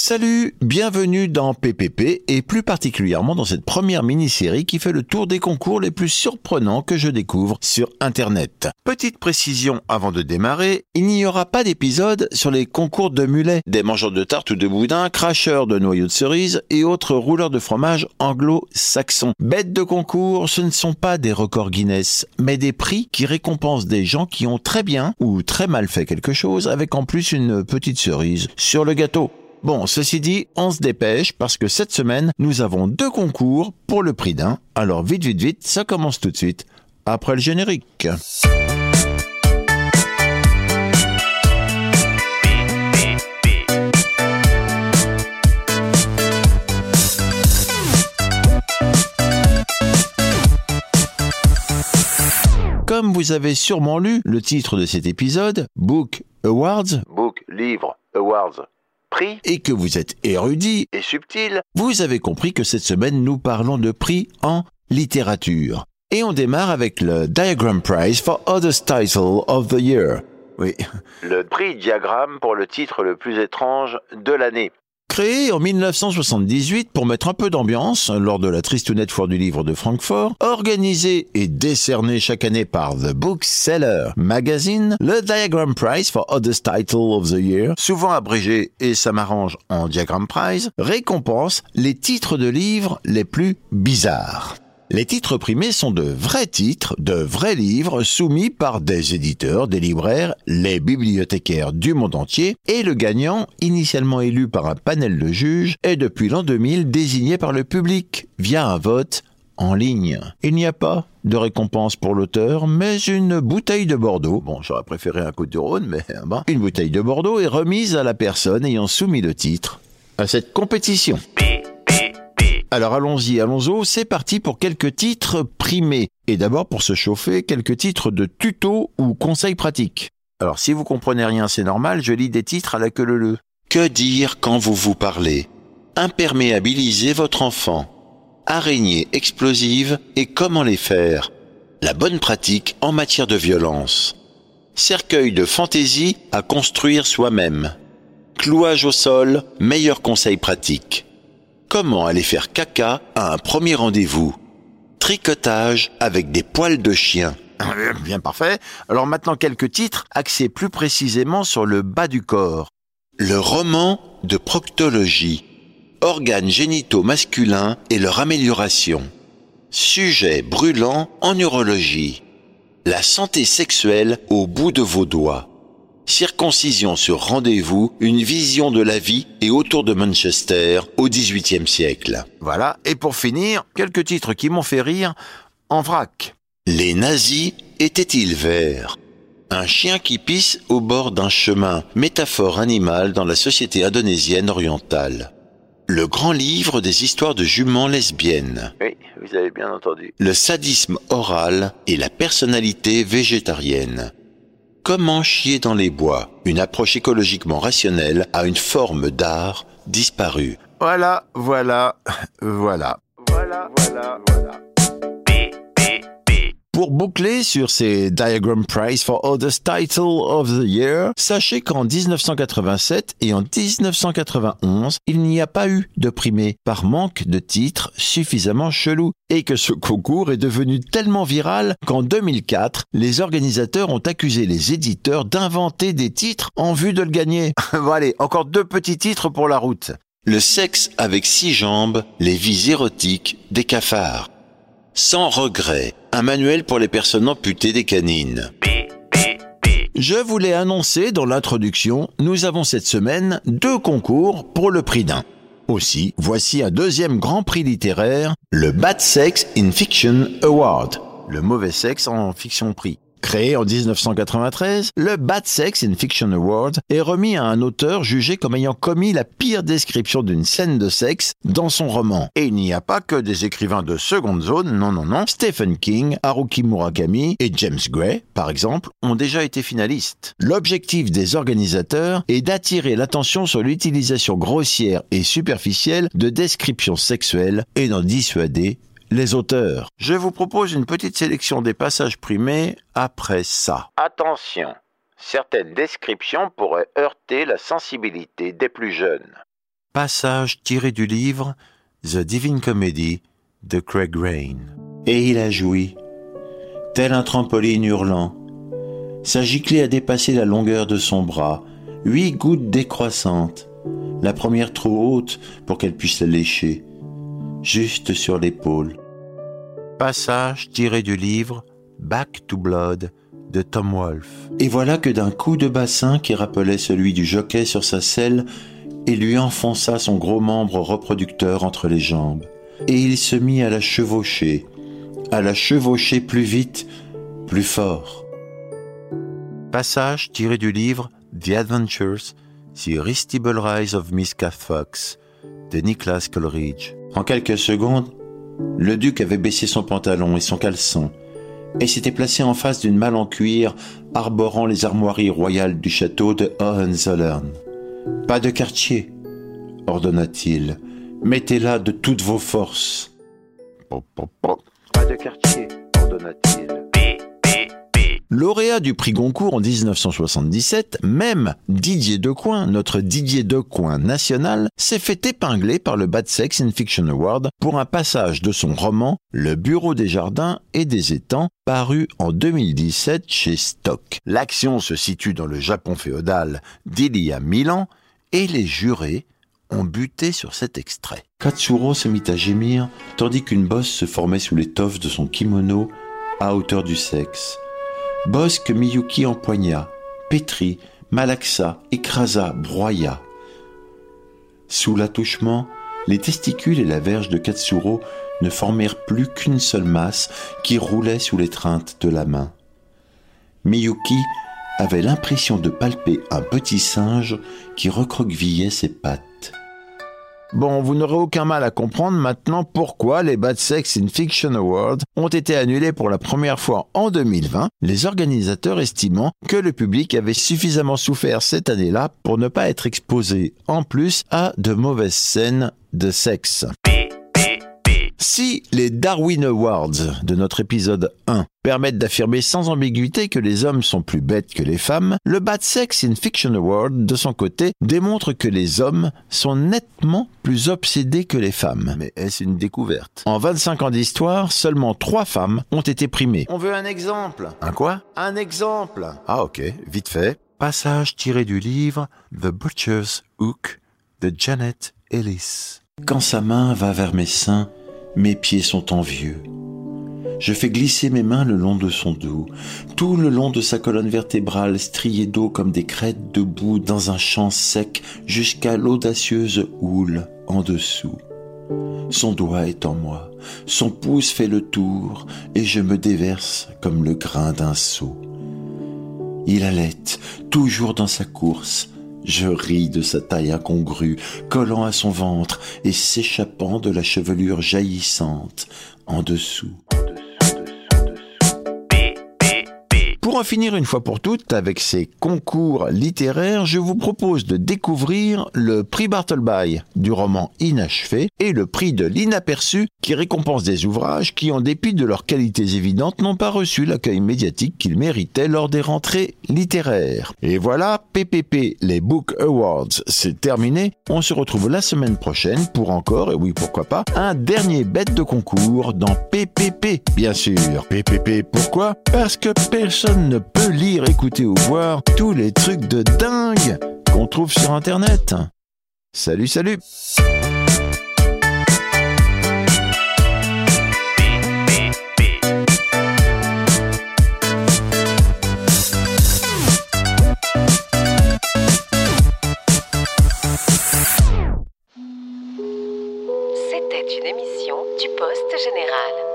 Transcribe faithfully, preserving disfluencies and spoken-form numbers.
Salut, bienvenue dans P P P et plus particulièrement dans cette première mini-série qui fait le tour des concours les plus surprenants que je découvre sur Internet. Petite précision avant de démarrer, il n'y aura pas d'épisode sur les concours de mulets, des mangeurs de tarte ou de boudin, cracheurs de noyaux de cerise et autres rouleurs de fromage anglo-saxons. Bêtes de concours, ce ne sont pas des records Guinness, mais des prix qui récompensent des gens qui ont très bien ou très mal fait quelque chose avec en plus une petite cerise sur le gâteau. Bon, ceci dit, on se dépêche parce que cette semaine, nous avons deux concours pour le prix d'un. Alors vite, vite, vite, ça commence tout de suite, après le générique. Comme vous avez sûrement lu le titre de cet épisode, Book Awards, Book, livre, Awards, prix, et que vous êtes érudit et subtil, vous avez compris que cette semaine nous parlons de prix en littérature. Et on démarre avec le Diagram Prize for Oddest Title of the Year. Oui. Le prix Diagramme pour le titre le plus étrange de l'année. Créé en dix-neuf cent soixante-dix-huit pour mettre un peu d'ambiance lors de la tristounette foire du livre de Francfort, organisé et décerné chaque année par The Bookseller Magazine, le Diagram Prize for Oddest Title of the Year, souvent abrégé et ça m'arrange en Diagram Prize, récompense les titres de livres les plus bizarres. Les titres primés sont de vrais titres, de vrais livres soumis par des éditeurs, des libraires, les bibliothécaires du monde entier et le gagnant, initialement élu par un panel de juges, est depuis l'an deux mille désigné par le public via un vote en ligne. Il n'y a pas de récompense pour l'auteur, mais une bouteille de Bordeaux, bon j'aurais préféré un coup de Rhône, mais bon, une bouteille de Bordeaux est remise à la personne ayant soumis le titre à cette compétition. Alors allons-y, allons-y, c'est parti pour quelques titres primés. Et d'abord pour se chauffer, quelques titres de tutos ou conseils pratiques. Alors si vous comprenez rien, c'est normal, je lis des titres à la queue leu-leu. Que dire quand vous vous parlez? Imperméabiliser votre enfant. Araignées explosives et comment les faire? La bonne pratique en matière de violence. Cercueil de fantaisie à construire soi-même. Clouage au sol, meilleur conseil pratique. Comment aller faire caca à un premier rendez-vous? Tricotage avec des poils de chien. Bien parfait. Alors maintenant quelques titres axés plus précisément sur le bas du corps. Le roman de proctologie. Organes génitaux masculins et leur amélioration. Sujet brûlant en urologie. La santé sexuelle au bout de vos doigts. Circoncision sur rendez-vous, une vision de la vie et autour de Manchester au dix-huitième siècle. Voilà, et pour finir, quelques titres qui m'ont fait rire en vrac. Les nazis étaient-ils verts? Un chien qui pisse au bord d'un chemin, métaphore animale dans la société indonésienne orientale. Le grand livre des histoires de juments lesbiennes. Oui, vous avez bien entendu. Le sadisme oral et la personnalité végétarienne. Comment chier dans les bois? Une approche écologiquement rationnelle à une forme d'art disparue. Voilà, voilà, voilà. Voilà, voilà, voilà. Pour boucler sur ces Diagram Prize for Oddest Title of the Year, sachez qu'en dix-neuf cent quatre-vingt-sept et en dix-neuf cent quatre-vingt-onze, il n'y a pas eu de primés par manque de titres suffisamment chelous et que ce concours est devenu tellement viral qu'en deux mille quatre, les organisateurs ont accusé les éditeurs d'inventer des titres en vue de le gagner. Bon allez, encore deux petits titres pour la route. Le sexe avec six jambes, les vies érotiques des cafards. Sans regret, un manuel pour les personnes amputées des canines. Je vous l'ai annoncé dans l'introduction, nous avons cette semaine deux concours pour le prix d'un. Aussi, voici un deuxième grand prix littéraire, le Bad Sex in Fiction Award, le mauvais sexe en fiction prix. Créé en dix-neuf cent quatre-vingt-treize, le Bad Sex in Fiction Award est remis à un auteur jugé comme ayant commis la pire description d'une scène de sexe dans son roman. Et il n'y a pas que des écrivains de seconde zone, non non non. Stephen King, Haruki Murakami et James Gray, par exemple, ont déjà été finalistes. L'objectif des organisateurs est d'attirer l'attention sur l'utilisation grossière et superficielle de descriptions sexuelles et d'en dissuader les auteurs. Je vous propose une petite sélection des passages primés après ça. Attention, certaines descriptions pourraient heurter la sensibilité des plus jeunes. Passage tiré du livre The Divine Comedy de Craig Rain. Et il a joui, tel un trampoline hurlant. Sa giclée a dépassé la longueur de son bras, huit gouttes décroissantes, la première trop haute pour qu'elle puisse la lécher, juste sur l'épaule. Passage tiré du livre Back to Blood de Tom Wolfe. Et voilà que d'un coup de bassin qui rappelait celui du jockey sur sa selle, il lui enfonça son gros membre reproducteur entre les jambes. Et il se mit à la chevaucher, à la chevaucher plus vite, plus fort. Passage tiré du livre The Adventures, The Irresistible Rise of Miss Cat Fox de Nicholas Coleridge. En quelques secondes, le duc avait baissé son pantalon et son caleçon et s'était placé en face d'une malle en cuir arborant les armoiries royales du château de Hohenzollern. « Pas de quartier, ordonna-t-il. Mettez-la de toutes vos forces. »« Pas de quartier, ordonna-t-il. » Lauréat du prix Goncourt en dix-neuf cent soixante-dix-sept, même Didier Decoing, notre Didier Decoing national, s'est fait épingler par le Bad Sex in Fiction Award pour un passage de son roman Le Bureau des Jardins et des Étangs, paru en deux mille dix-sept chez Stock. L'action se situe dans le Japon féodal d'il y a mille ans et les jurés ont buté sur cet extrait. Katsuro se mit à gémir tandis qu'une bosse se formait sous l'étoffe de son kimono à hauteur du sexe. Bosse que Miyuki empoigna, pétrit, malaxa, écrasa, broya. Sous l'attouchement, les testicules et la verge de Katsuro ne formèrent plus qu'une seule masse qui roulait sous l'étreinte de la main. Miyuki avait l'impression de palper un petit singe qui recroquevillait ses pattes. Bon, vous n'aurez aucun mal à comprendre maintenant pourquoi les Bad Sex in Fiction Awards ont été annulés pour la première fois en deux mille vingt, les organisateurs estimant que le public avait suffisamment souffert cette année-là pour ne pas être exposé en plus à de mauvaises scènes de sexe. Si les Darwin Awards de notre épisode un permettent d'affirmer sans ambiguïté que les hommes sont plus bêtes que les femmes, le Bad Sex in Fiction Award, de son côté, démontre que les hommes sont nettement plus obsédés que les femmes. Mais est-ce une découverte? En vingt-cinq ans d'histoire, seulement trois femmes ont été primées. On veut un exemple. Un quoi? Un exemple. Ah ok, vite fait. Passage tiré du livre The Butcher's Hook de Janet Ellis. Quand sa main va vers mes seins, mes pieds sont envieux. Je fais glisser mes mains le long de son dos, tout le long de sa colonne vertébrale striée d'eau comme des crêtes debout dans un champ sec jusqu'à l'audacieuse houle en dessous. Son doigt est en moi, son pouce fait le tour et je me déverse comme le grain d'un seau. Il halète, toujours dans sa course. Je ris de sa taille incongrue, collant à son ventre et s'échappant de la chevelure jaillissante en dessous. Pour en finir une fois pour toutes avec ces concours littéraires, je vous propose de découvrir le prix Bartleby du roman inachevé et le prix de l'inaperçu qui récompense des ouvrages qui, en dépit de leurs qualités évidentes, n'ont pas reçu l'accueil médiatique qu'ils méritaient lors des rentrées littéraires. Et voilà, P P P, les Book Awards, c'est terminé. On se retrouve la semaine prochaine pour encore, et oui pourquoi pas, un dernier bête de concours dans P P P, bien sûr. P P P, pourquoi? Parce que personne ne peut lire, écouter ou voir tous les trucs de dingue qu'on trouve sur Internet. Salut, salut! C'était une émission du Poste Général.